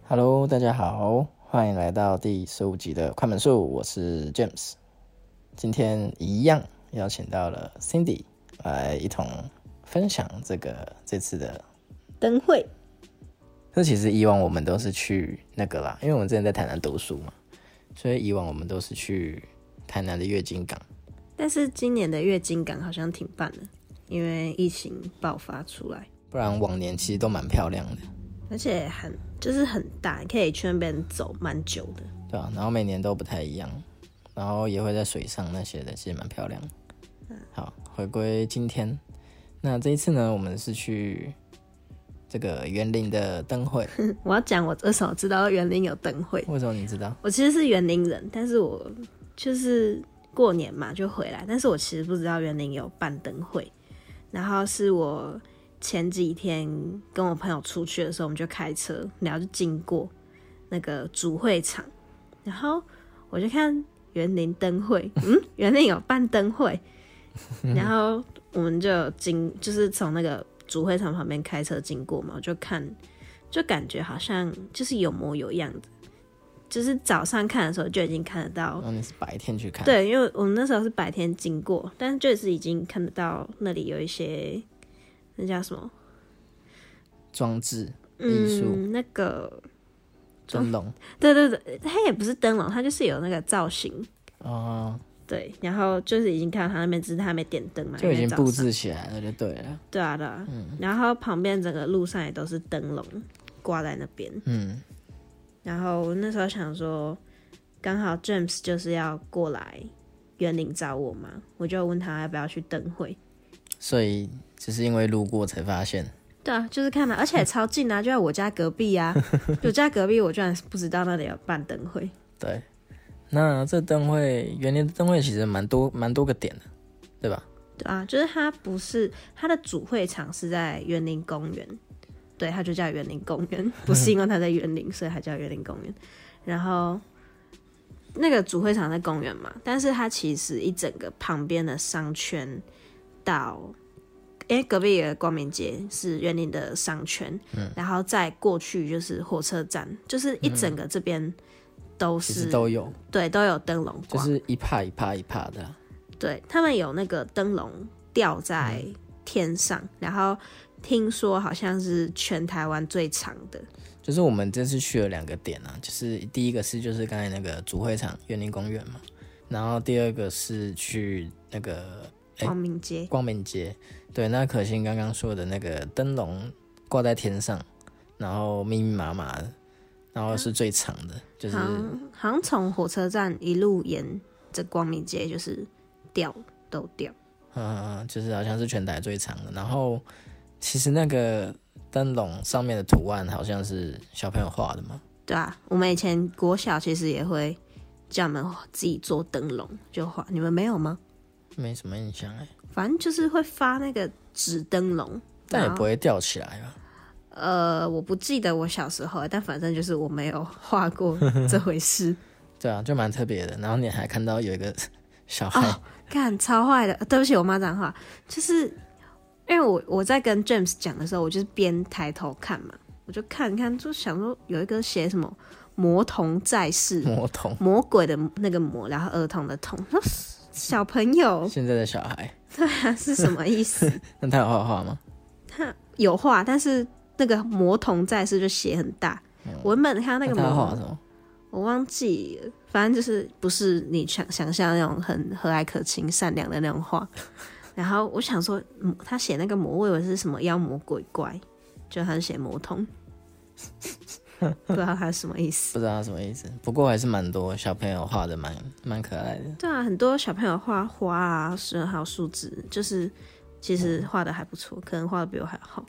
Hello， 大家好，欢迎来到第15集的快门术，我是 James。今天一样邀请到了 Cindy 来一同分享这次的灯会。 这其实以往我们都是去那个啦，因为我们之前在台南读书嘛，所以以往我们都是去台南的月经港。 但是今年的月经港好像停办了，因为疫情爆发出来。 不然往年其实都蛮漂亮的， 而且很大，可以去那边走蛮久的。 对啊，然后每年都不太一样，然后也会在水上那些的，其实蛮漂亮的。好，回归今天，那这一次呢，我们是去这个园林的灯会。 我要讲我为什么知道园林有灯会。 为什么你知道？ 我其实是园林人，但是我就是过年嘛就回来，但是我其实不知道园林有办灯会。然后是我前几天跟我朋友出去的时候，我们就开车，然后就经过那个主会场，然后我就看园林灯会，园林有办灯会，然后我们就是从那个主会场旁边开车经过嘛，就感觉好像就是有模有样的，就是早上看的时候就已经看得到。 你是白天去看？ 对，因为我们那时候是白天经过，但是就是已经看得到那里有一些那叫什么装置艺术， 那个灯笼。 对对对，它也不是灯笼，它就是有那个造型。 哦， 对，然后就是已经看到它那边，只是它还没点灯嘛， 就已经布置起来了，就对了。 对啊对啊，然后旁边整个路上也都是灯笼挂在那边。然后我那时候想说，刚好 James 就是要过来园林找我嘛，我就问他要不要去灯会。 所以只是因为路过才发现。 对啊，就是看到，而且超近啊，就在我家隔壁啊。我家隔壁，我居然不知道那里有办灯会。 对，那这灯会，园林的灯会其实蛮多个点的，对吧？ 对啊，就是它的主会场是在园林公园，对，它就叫园林公园，不是因为它在园林，所以它叫园林公园。然后那个主会场在公园嘛，但是它其实一整个旁边的商圈到。因为隔壁有个光明街是园林的商圈，然后再过去就是火车站，就是一整个这边都是， 其实都有， 对，都有灯笼挂， 就是一帕一帕一帕的啦。 对，他们有那个灯笼吊在天上，然后听说好像是全台湾最长的。 就是我们这次去了2个点啊，就是第一个是就是刚才那个主会场园林公园嘛，然后第二个是去那个光明街。 光明街，对，那可心刚刚说的那个灯笼挂在天上，然后密密麻麻的，然后是最长的，就是好像从火车站一路沿着光明街就是都吊， 就是好像是全台最长的。然后其实那个灯笼上面的图案好像是小朋友画的嘛。 对啊，我们以前国小其实也会叫我们自己做灯笼就画，你们没有吗？ 没什么印象反正就是会发那个纸灯笼， 但也不会吊起来吧？ 我不记得我小时候，但反正就是我没有画过这回事。 对啊，就蛮特别的。然后你还看到有一个小孩， 干超坏的，对不起，我骂脏话，就是因为我在跟 James 讲的时候，我就是边抬头看嘛，我就看，就想说有一个写什么魔童在世，魔鬼的那个魔，然后儿童的童。小朋友， 现在的小孩， 对啊，是什么意思？ 那他有画画吗？ 他有画，但是那个魔童在世就写很大。我原本看到那个他画什么？ 我忘记了，反正就是不是你想象那种很和蔼可亲、善良的那种画。然后我想说，他写那个魔，我以为是什么妖魔鬼怪，就他是写魔童。不知道他是什么意思， 不知道他什么意思。不过还是蛮多小朋友画的蛮可爱的。 对啊，很多小朋友画花啊，还有树枝，就是其实画的还不错，可能画的比我还好。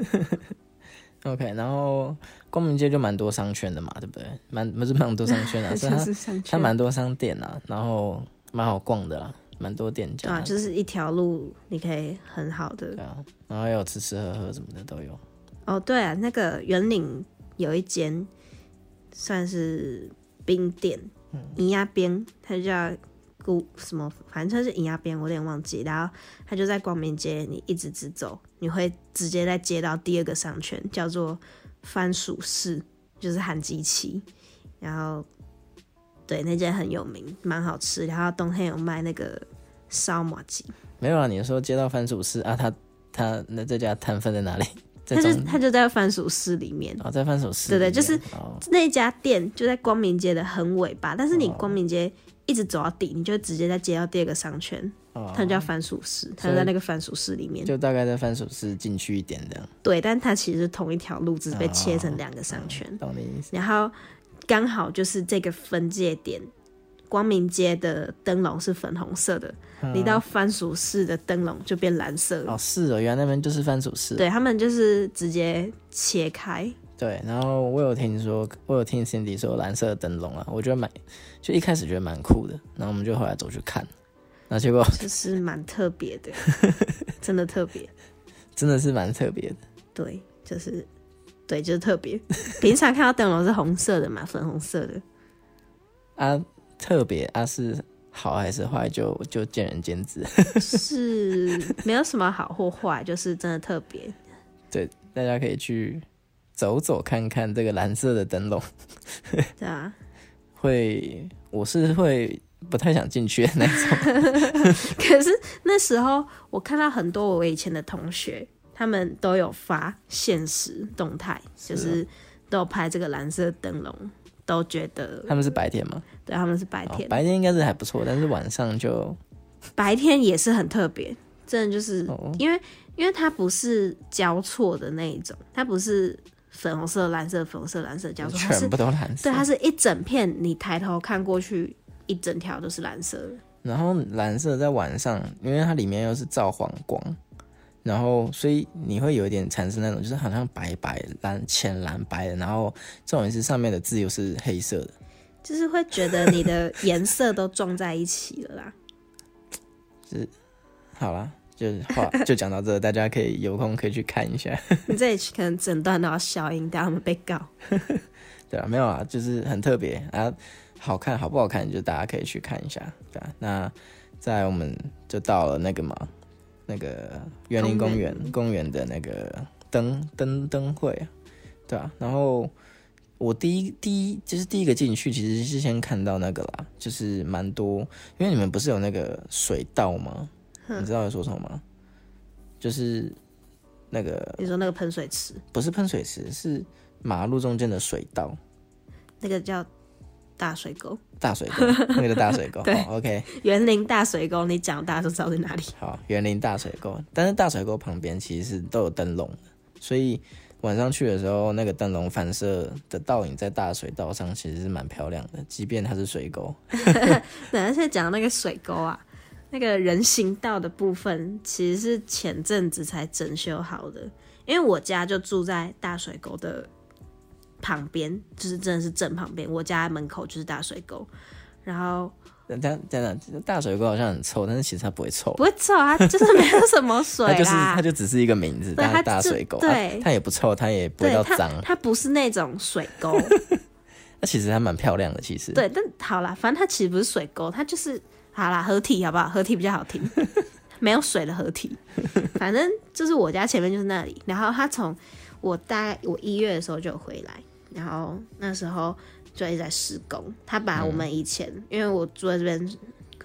OK， 然后光明街就蛮多商圈的嘛，对不对？不是蛮多商圈啊，是它蛮多商店啊，然后蛮好逛的啦，蛮多店家。 对啊，就是一条路你可以很好的。 对啊，然后也有吃吃喝喝什么的都有。 哦，对啊，那个园林有一间算是冰店，银鸭边，它就叫什么，反正是银鸭边，我有点忘记。然后它就在光明街，你一直走，你会直接再接到第2个商圈，叫做番薯市， 就是韩鸡翅，然后对那间很有名，蛮好吃。然后冬天有卖那个烧麻鸡。没有啊？你说接到番薯市啊？他那这家摊分在哪里？ 他就在番薯市里面。 哦，在番薯市。 对，就是那家店就在光明街的很尾巴，但是你光明街一直走到底，你就直接再接到第二个商圈。它就叫番薯市，它就在那个番薯市里面， 就大概在番薯市进去一点这样。 对，但它其实是同一条路，只是被切成2个商圈。 懂你意思。 然后刚好就是这个分界点，光明街的灯笼是粉红色的，你到番薯市的灯笼就变蓝色了。 是哦，原来那边就是番薯市。 对，他们就是直接切开。 对，然后我有听 Cindy 说蓝色的灯笼啊，我觉得就一开始觉得蛮酷的，然后我们就后来走去看。那结果就是蛮特别的，真的特别， 真的是蛮特别的。 对，就是特别。平常看到灯笼是红色的嘛，粉红色的。 啊，特别啊，是好还是坏就见仁见智。 是没有什么好或坏，就是真的特别。 对，大家可以去走走看看这个蓝色的灯笼。 对啊， 我是会不太想进去的那种。 可是那时候我看到很多我以前的同学，他们都有发现实动态，就是都有拍这个蓝色灯笼，都觉得他们是白天吗？ 对，他们是白天。 白天应该是还不错，但是晚上就白天也是很特别，真的就是因为它不是交错的那一种，它不是粉红色、蓝色、粉红色、蓝色交错， 全部都蓝色。 对，它是一整片，你抬头看过去，一整条都是蓝色的。 然后蓝色在晚上，因为它里面又是照黄光，然后所以你会有一点产生那种就是好像白白蓝浅蓝白的，然后重点是上面的字又是黑色的， 就是会觉得你的颜色都撞在一起了啦。 就是好啦，就讲到这，大家可以有空可以去看一下。 你这里可能整段都要消音，等下我们被告。 对啊，没有啊，就是很特别啊，好看好不好看，就大家可以去看一下。对啊，那再来我们就到了那个嘛，那个园林公园的那个灯会，对啊，然后我第一个进去其实是先看到那个啦，就是蛮多，因为你们不是有那个水道吗？你知道在说什么吗？就是那个你说那个喷水池， 不是喷水池，是马路中间的水道， 那个叫大水沟， 那个叫大水沟。 对、 OK， 园林大水沟，你讲大家都知道在哪里。 好，园林大水沟，但是大水沟旁边其实是都有灯笼的，所以晚上去的时候，那个灯笼反射的倒影在大水道上，其实是蛮漂亮的，即便它是水沟。 对，而且讲那个水沟啊，那个人行道的部分其实是前阵子才整修好的，因为我家就住在大水沟的旁边，就是真的是正旁边，我家门口就是大水沟，然后。 大水沟好像很臭，但是其实它不会臭， 不会臭啊，它就是没有什么水啦。 它就只是一个名字，它大水沟， 对， 它也不臭，它也不会到脏， 它不是那种水沟。 那其实还蛮漂亮的，其实。 对，但好啦，反正它其实不是水沟，它就是好啦，合体好不好？合体比较好听，没有水的合体。反正就是我家前面就是那里，然后它从我1月的时候就有回来，然后那时候。就一直在施工，他把我们以前，因为我住在这边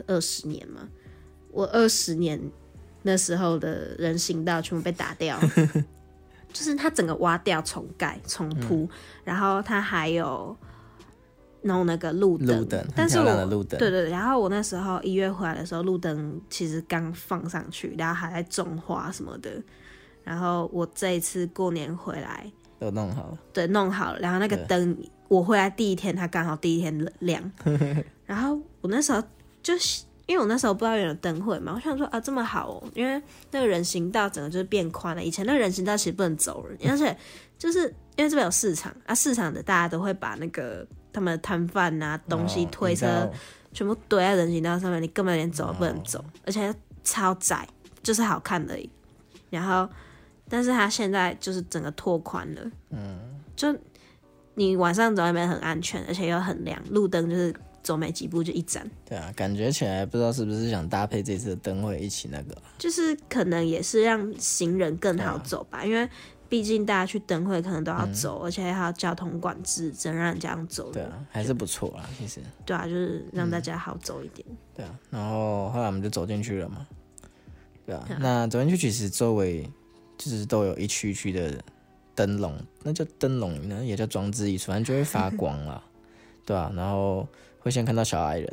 20年嘛，我20年那时候的人行道全部被打掉，就是他整个挖掉重盖重铺，然后他还有弄那个路灯，但是对，然后我那时候1月回来的时候，路灯其实刚放上去，然后还在种花什么的，然后我这一次过年回来都弄好了， 对，弄好了，然后那个灯。我回来第一天，它刚好第一天亮，然后我那时候就是因为我那时候不知道有灯会嘛，我想说啊这么好哦，因为那个人行道整个就是变宽了，以前那个人行道其实不能走人，而且就是因为这边有市场啊，市场的大家都会把那个他们的摊贩啊东西推车全部堆在人行道上面，你根本连走都不能走，而且超窄，就是好看而已。然后，但是它现在就是整个拓宽了，就。你晚上走那边很安全，而且又很亮，路灯就是走没几步就一盏。 对啊，感觉起来不知道是不是想搭配这次的灯会一起那个， 就是可能也是让行人更好走吧，因为毕竟大家去灯会可能都要走，而且还有交通管制，只能让人这样走。 对啊，还是不错啦，其实。 对啊，就是让大家好走一点。 对啊，然后后来我们就走进去了嘛。对啊，那走进去其实周围就是都有一区一区的灯笼，那叫灯笼呢，也叫装置艺术，反正就会发光啦。对啊，然后会先看到小矮人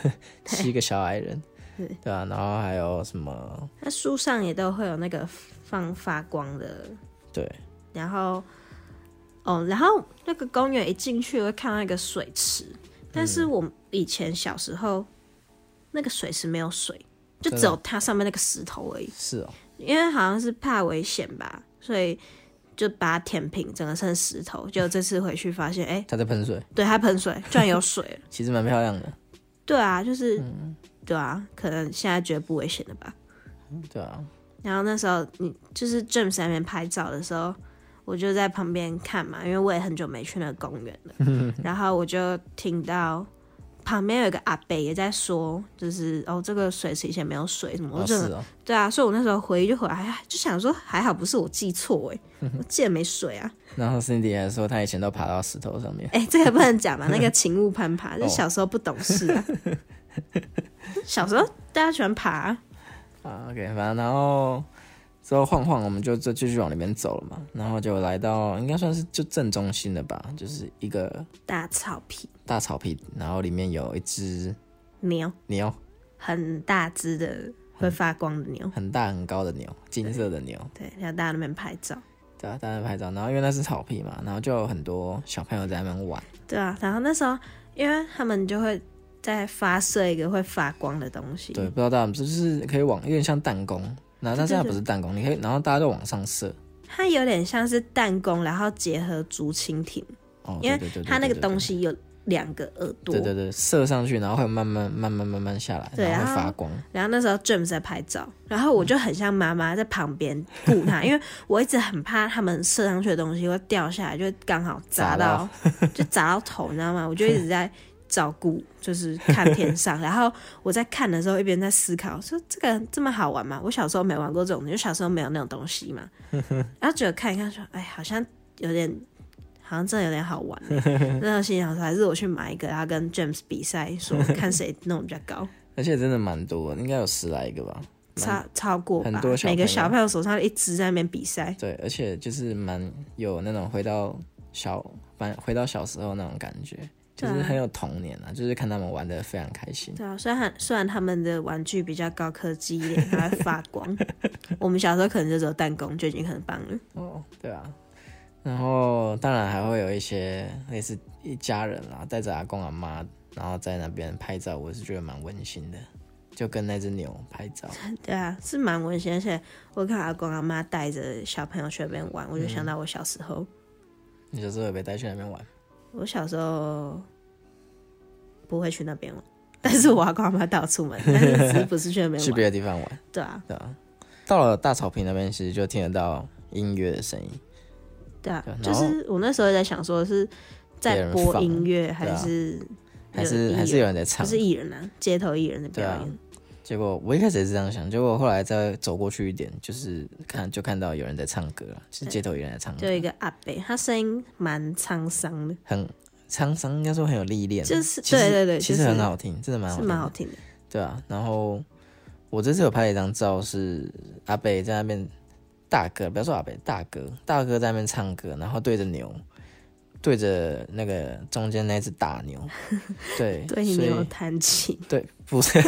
，7个小矮人。对啊，然后还有什么？ 那树上也都会有那个放发光的。 对。 然后，然后那个公园一进去会看到一个水池，但是我以前小时候那个水池没有水，就只有它上面那个石头而已。 是哦。 因为好像是怕危险吧，所以就把它填平，整个剩石头。就这次回去发现， 它在喷水。 对，它喷水，居然有水了。 其实蛮漂亮的。 对啊，就是，对啊，可能现在觉得不危险了吧。 对啊。 然后那时候就是 James 在那边拍照的时候，我就在旁边看嘛，因为我也很久没去那个公园了。然后我就听到旁边有一个阿伯也在说，就是这个水池以前没有水什么。 是哦。 对啊，所以我那时候回来就想说，还好不是我记错我记得没水啊。 然后 Cindy 还说他以前都爬到石头上面。 这个不能讲嘛，那个勤务攀爬，就小时候不懂事啊。小时候大家喜欢爬 OK， 反正然后之后晃，我们就继续往里面走了嘛，然后就来到应该算是就正中心的吧，就是一个大草皮， 然后里面有一只牛，很大只的会发光的牛， 很大很高的牛，金色的牛。 对，然后大家那边拍照。 对啊，大家拍照，然后因为那是草皮嘛，然后就有很多小朋友在那边玩。 对啊，然后那时候因为他们就会再发射一个会发光的东西。 对，不知道大家就是可以有点像弹弓，但是它不是弹弓，你可以，然后大家就往上射。 它有点像是弹弓，然后结合竹蜻蜓。因为它那个东西有2个耳朵。 对，射上去，然后会慢慢下来，然后会发光。 然后那时候 James 在拍照，然后我就很像妈妈在旁边顾他，因为我一直很怕他们射上去的东西会掉下来，就刚好砸到头，你知道吗？我就一直在照顾，就是看天上。然后我在看的时候一边在思考，说这个这么好玩吗？我小时候没玩过这种，因为小时候没有那种东西嘛。然后觉得看一看说，好像真的有点好玩。那时候心想说，还是我去买一个，然后跟 James 比赛，说看谁弄比较高。 而且真的蛮多的，应该有10来个吧， 超过吧， 很多每个小朋友手上一只在那边比赛。 对，而且就是蛮有那种回到小时候那种感觉，就是很有童年啊，就是看他们玩得非常开心。 对啊，虽然他们的玩具比较高科技一点，还会发光。我们小时候可能就只有弹弓就已经很棒了。 对啊。然后当然还会有一些类似一家人啦，带着阿公阿妈，然后在那边拍照，我是觉得蛮温馨的，就跟那只牛拍照。 对啊，是蛮温馨，而且我看阿公阿妈带着小朋友去那边玩，我就想到我小时候。 你小时候有被带去那边玩？ 我小时候不会去那边玩，但是我阿公阿妈带我出门，但是只是不是去那边玩， 去别的地方玩。 对啊。 到了大草坪那边，其实就听得到音乐的声音。 对啊，就是我那时候在想说是在播音乐还是有人在唱， 不是艺人啊，街头艺人的表演。 结果我一开始也是这样想，结果后来再走过去一点，就是看到有人在唱歌了，是街头艺人在唱歌。 就一个阿伯，他声音蛮沧桑的， 很沧桑，应该说很有历练， 就是对， 其实很好听，真的蛮好听的。对啊，然后我这次有拍了一张照，是阿伯在那边。大哥，不要说阿伯，大哥在那边唱歌，然后对着牛，对着那个中间那只大牛，对牛弹琴， 对，不是，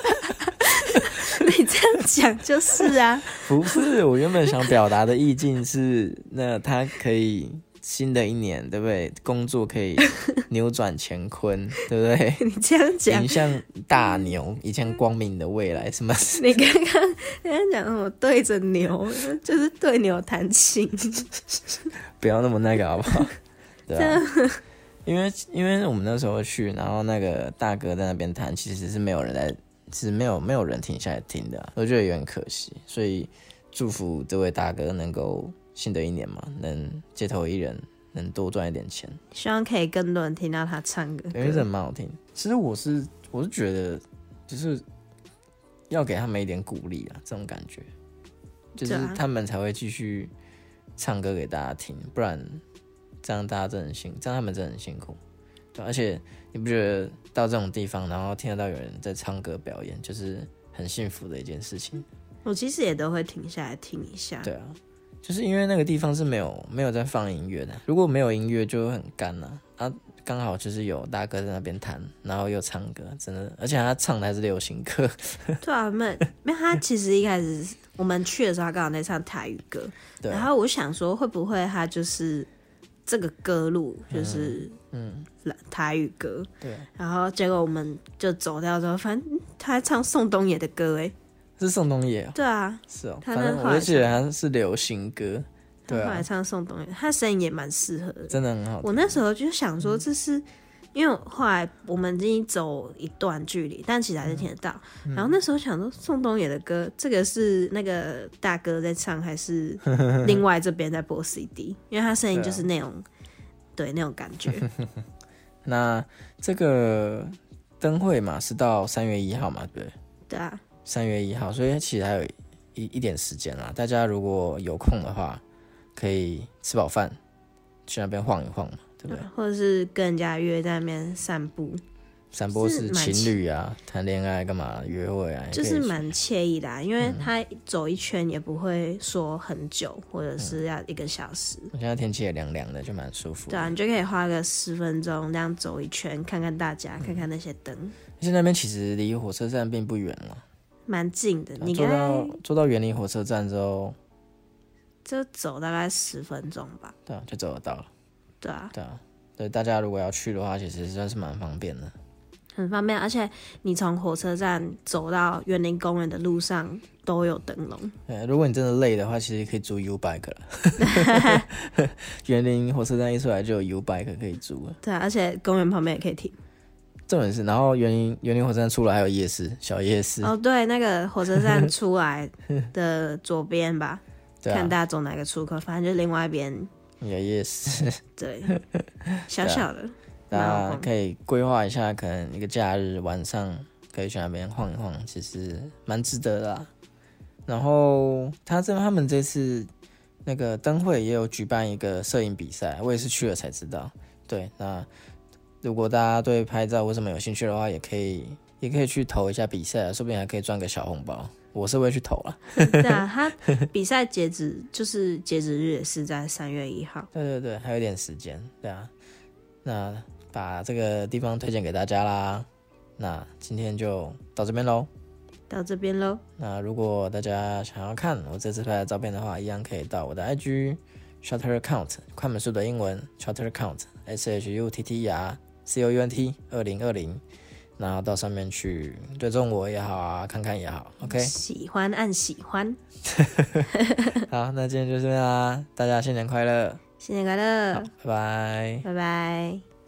你这样讲就是啊， 不是，我原本想表达的意境是，那他可以新的一年，对不对？工作可以扭转乾坤，对不对？ 你这样讲， 迎向大牛，以前光明的未来，什么？ 你刚刚讲我对着牛，就是对牛弹琴， 不要那么那个好不好？对啊，因为我们那时候去，然后那个大哥在那边弹，其实是没有人在，是没有人停下来听的，我觉得有点可惜，所以祝福这位大哥能够。新的一年嘛，能街头艺人能多赚一点钱， 希望可以更多人听到他唱歌， 因为真的蛮好听。其实我是觉得，就是要给他们一点鼓励啊，这种感觉，就是他们才会继续唱歌给大家听，不然这样他们真的很辛苦。对，而且你不觉得到这种地方，然后听得到有人在唱歌表演，就是很幸福的一件事情？ 我其实也都会停下来听一下。 对啊，就是因为那个地方是没有在放音乐的，如果没有音乐就会很干啊。刚好就是有大哥在那边弹，然后又唱歌，真的，而且他唱的还是流行歌。 对啊，没有他其实一开始我们去的时候，他刚好在唱台语歌， 对， 然后我想说会不会他就是这个歌路就是台语歌， 对， 然后结果我们就走掉之后，反正他还唱宋冬野的歌， 是宋冬野哦？ 对啊， 是哦， 他反正我就记得他是流行歌。对啊， 后来唱宋冬野，他声音也蛮适合的， 真的很好听。 我那时候就想说，这是因为后来我们已经走一段距离，但其实还是听得到。然后那时候想说，宋冬野的歌，这个是那个大哥在唱，还是另外这边在播 CD？因为他声音就是那种，对那种感觉。 那这个灯会嘛，是到3月1号嘛，对不对？ 对啊 ，3月1号，所以其实还有一点时间啦。大家如果有空的话，可以吃饱饭去那边晃一晃嘛，对不对？ 或者是跟人家约在那边散步。 散步是情侣啊，谈恋爱干嘛约会啊， 就是蛮惬意的因为他走一圈也不会说很久，或者是要1个小时。 现在天气也凉凉的，就蛮舒服的。 对啊，你就可以花个10分钟这样走一圈，看看大家，看看那些灯。 而且那边其实离火车站并不远了， 蛮近的。你坐到园林火车站之后， 就走大概10分钟吧。 对啊，就走得到了。 对啊， 对，大家如果要去的话，其实算是蛮方便的。 很方便，而且你从火车站走到园林公园的路上都有灯笼。 对，如果你真的累的话，其实可以租 U-Bike 了。园林火车站一出来就有 U-Bike 可以租了。 对啊，而且公园旁边也可以停。 重点是，然后园林火车站出来还有夜市，小夜市。 哦，对，那个火车站出来的左边吧， 对啊， 看大家走哪个出口，反正就另外一边有夜市。 对，小小的。 大家可以规划一下，可能一个假日晚上可以去那边晃一晃，其实蛮值得的啦。然后他们这次那个灯会也有举办一个摄影比赛，我也是去了才知道。对，那如果大家对拍照或什么有兴趣的话，也可以去投一下比赛，说不定还可以赚个小红包。我是会去投啦。 对啊，他比赛截止日也是在3月1号。 对，还有点时间。对啊，那把这个地方推荐给大家啦。那今天就到这边咯。那如果大家想要看我这次拍的照片的话，一样可以到我的 IG Shutter Count 快门数的英文 Shutter Count SHUTTER COUNT 然后到上面去追踪我也好啊，看看也好。OK， 喜欢按喜欢。 好，那今天就这样啦，大家新年快乐！ 新年快乐！ 拜拜！ 拜拜！